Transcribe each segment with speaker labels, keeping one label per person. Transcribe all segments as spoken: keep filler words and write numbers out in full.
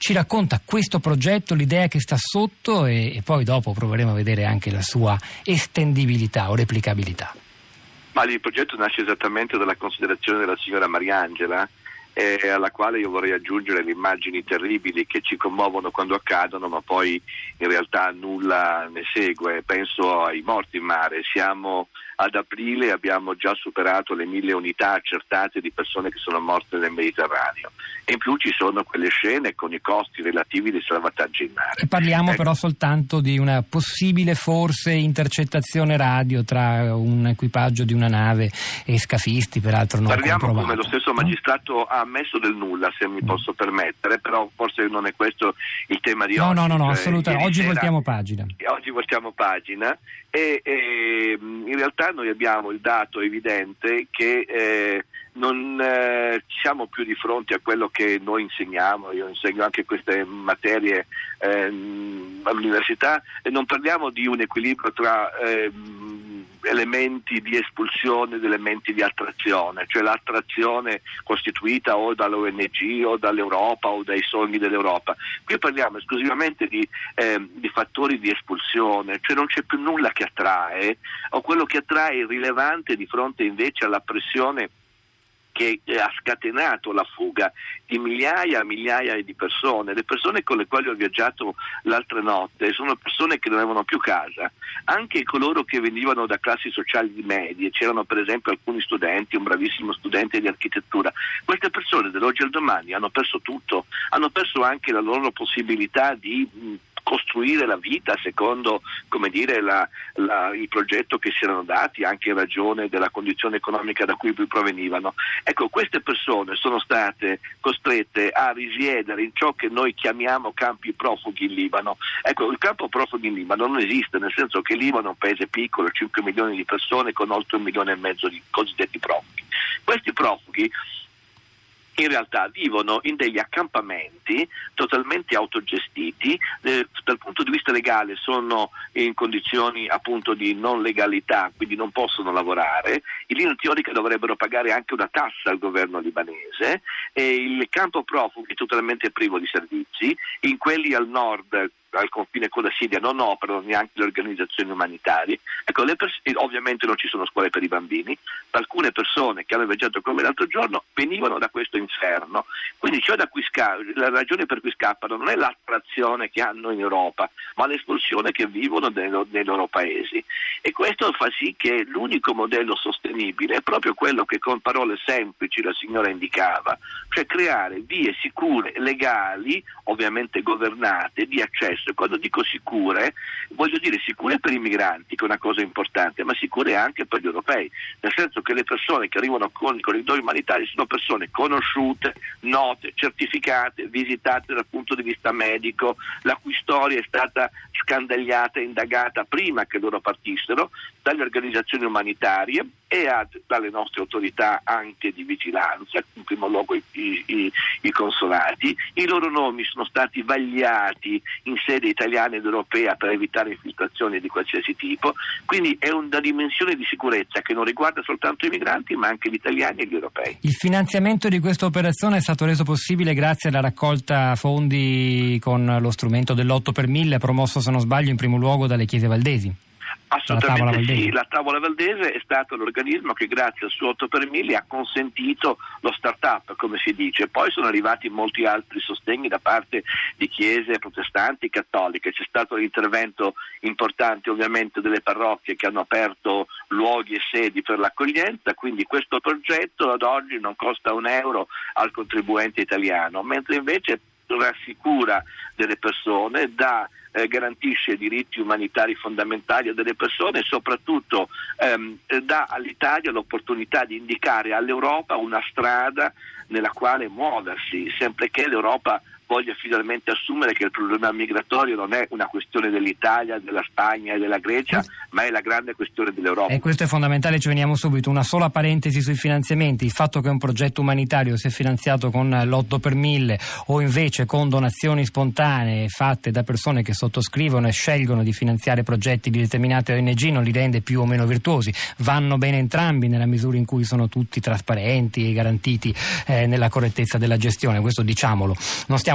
Speaker 1: ci racconta questo progetto, l'idea che sta sotto e, e poi dopo proveremo a vedere anche la sua estendibilità o replicabilità.
Speaker 2: Ma il progetto nasce esattamente dalla considerazione della signora Mariangela, eh, alla quale io vorrei aggiungere le immagini terribili che ci commuovono quando accadono, ma poi in realtà nulla ne segue. Penso ai morti in mare. Siamo ad aprile, abbiamo già superato le mille unità accertate di persone che sono morte nel Mediterraneo, e in più ci sono quelle scene con i costi relativi dei salvataggi in mare.
Speaker 1: E parliamo
Speaker 2: ecco.
Speaker 1: però soltanto di una possibile forse intercettazione radio tra un equipaggio di una nave e scafisti, peraltro non
Speaker 2: Parliamo
Speaker 1: comprovata,
Speaker 2: come lo stesso magistrato
Speaker 1: no?
Speaker 2: ha ammesso del nulla, se mi
Speaker 1: Mm.
Speaker 2: posso permettere, però forse non è questo il tema di
Speaker 1: no,
Speaker 2: oggi.
Speaker 1: No, no, no,
Speaker 2: cioè,
Speaker 1: assolutamente. Oggi
Speaker 2: sera,
Speaker 1: voltiamo pagina.
Speaker 2: Oggi voltiamo pagina e, e in realtà noi abbiamo il dato evidente che eh, non eh, siamo più di fronte a quello che noi insegniamo. Io insegno anche queste materie eh, all'università, e non parliamo di un equilibrio tra eh, elementi di espulsione ed elementi di attrazione, cioè l'attrazione costituita o dall'O N G o dall'Europa o dai sogni dell'Europa. Qui parliamo esclusivamente di, eh, di fattori di espulsione, cioè non c'è più nulla che attrae, o quello che attrae è irrilevante di fronte invece alla pressione che ha scatenato la fuga di migliaia e migliaia di persone. Le persone con le quali ho viaggiato l'altra notte sono persone che non avevano più casa, anche coloro che venivano da classi sociali medie. C'erano per esempio alcuni studenti, un bravissimo studente di architettura. Queste persone dall'oggi al domani hanno perso tutto, hanno perso anche la loro possibilità di mh, costruire la vita secondo, come dire, la, la, il progetto che si erano dati, anche in ragione della condizione economica da cui provenivano. Ecco, queste persone sono state costrette a risiedere in ciò che noi chiamiamo campi profughi in Libano. Ecco, il campo profughi in Libano non esiste, nel senso che il Libano è un paese piccolo, cinque milioni di persone con oltre un milione e mezzo di cosiddetti profughi. Questi profughi in realtà vivono in degli accampamenti totalmente autogestiti, eh, dal punto di vista legale sono in condizioni appunto di non legalità, quindi non possono lavorare, in linea teorica dovrebbero pagare anche una tassa al governo libanese, e il campo profughi è totalmente privo di servizi. In quelli al nord, al confine con la Siria, non operano neanche le organizzazioni umanitarie. Ecco, le pers- ovviamente non ci sono scuole per i bambini. Alcune persone che hanno viaggiato come l'altro giorno venivano da questo inferno, quindi ciò da cui sca- la ragione per cui scappano non è l'attrazione che hanno in Europa, ma l'espulsione che vivono nei, lo- nei loro paesi. E questo fa sì che l'unico modello sostenibile è proprio quello che con parole semplici la signora indicava, cioè creare vie sicure, legali, ovviamente governate, di accesso. Quando dico sicure, voglio dire sicure per i migranti, che è una cosa importante, ma sicure anche per gli europei, nel senso che le persone che arrivano con i corridoi umanitari sono persone conosciute, note, certificate, visitate dal punto di vista medico, la cui storia è stata scandagliata e indagata prima che loro partissero dalle organizzazioni umanitarie e a, dalle nostre autorità anche di vigilanza, in primo luogo i, i, i consolati. I loro nomi sono stati vagliati in sede italiana ed europea per evitare infiltrazioni di qualsiasi tipo, quindi è una dimensione di sicurezza che non riguarda soltanto i migranti ma anche gli italiani e gli europei.
Speaker 1: Il finanziamento di questa operazione è stato reso possibile grazie alla raccolta fondi con lo strumento dell'otto per mille, promosso se non sbaglio in primo luogo dalle Chiese Valdesi.
Speaker 2: Assolutamente
Speaker 1: la
Speaker 2: sì, la Tavola Valdese è stato l'organismo che grazie al suo otto per mille ha consentito lo start-up, come si dice. Poi sono arrivati molti altri sostegni da parte di chiese protestanti, cattoliche. C'è stato l'intervento importante ovviamente delle parrocchie che hanno aperto luoghi e sedi per l'accoglienza, quindi questo progetto ad oggi non costa un euro al contribuente italiano, mentre invece rassicura delle persone, dà Eh, garantisce i diritti umanitari fondamentali delle persone e soprattutto ehm, dà all'Italia l'opportunità di indicare all'Europa una strada nella quale muoversi, sempre che l'Europa voglia finalmente assumere che il problema migratorio non è una questione dell'Italia, della Spagna e della Grecia, ma è la grande questione dell'Europa.
Speaker 1: E questo è fondamentale, ci veniamo subito. Una sola parentesi sui finanziamenti: il fatto che un progetto umanitario sia finanziato con l'otto per mille o invece con donazioni spontanee fatte da persone che sottoscrivono e scelgono di finanziare progetti di determinate O N G non li rende più o meno virtuosi. Vanno bene entrambi nella misura in cui sono tutti trasparenti e garantiti eh, nella correttezza della gestione, questo diciamolo. Non stiamo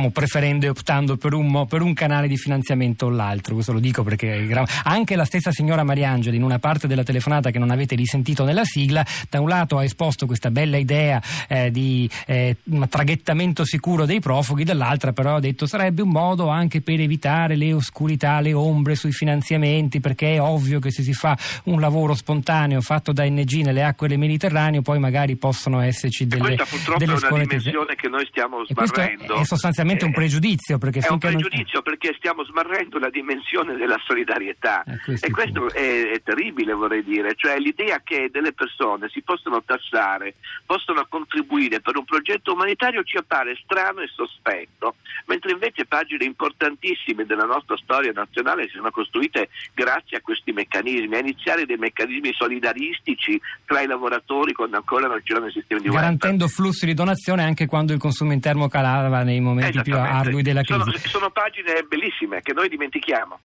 Speaker 1: diciamo preferendo e optando per un, per un canale di finanziamento o l'altro. Questo lo dico perché anche la stessa signora Mariangeli, in una parte della telefonata che non avete risentito nella sigla, da un lato ha esposto questa bella idea eh, di eh, traghettamento sicuro dei profughi, dall'altra però ha detto sarebbe un modo anche per evitare le oscurità, le ombre sui finanziamenti, perché è ovvio che se si fa un lavoro spontaneo fatto da N G nelle acque del Mediterraneo poi magari possono esserci delle,
Speaker 2: e questa purtroppo
Speaker 1: delle
Speaker 2: è una
Speaker 1: scuole
Speaker 2: dimensione che noi stiamo
Speaker 1: e questo
Speaker 2: smarrendo.
Speaker 1: È, è sostanzialmente
Speaker 2: eh,
Speaker 1: un pregiudizio, perché
Speaker 2: è un
Speaker 1: finché
Speaker 2: pregiudizio
Speaker 1: non...
Speaker 2: perché stiamo smarrendo la dimensione della solidarietà
Speaker 1: eh, questo
Speaker 2: e questo è, è terribile, vorrei dire, cioè l'idea che delle persone si possono tassare, possono contribuire per un progetto umanitario ci appare strano e sospetto, mentre invece pagine importantissime della nostra storia nazionale si sono costruite grazie a questi meccanismi, a iniziare dei meccanismi solidaristici tra i lavoratori quando ancora non c'erano i sistemi di welfare.
Speaker 1: Garantendo flussi di donazione anche quando il consumo interno calava nei momenti più ardui della crisi.
Speaker 2: Sono, sono pagine bellissime che noi dimentichiamo.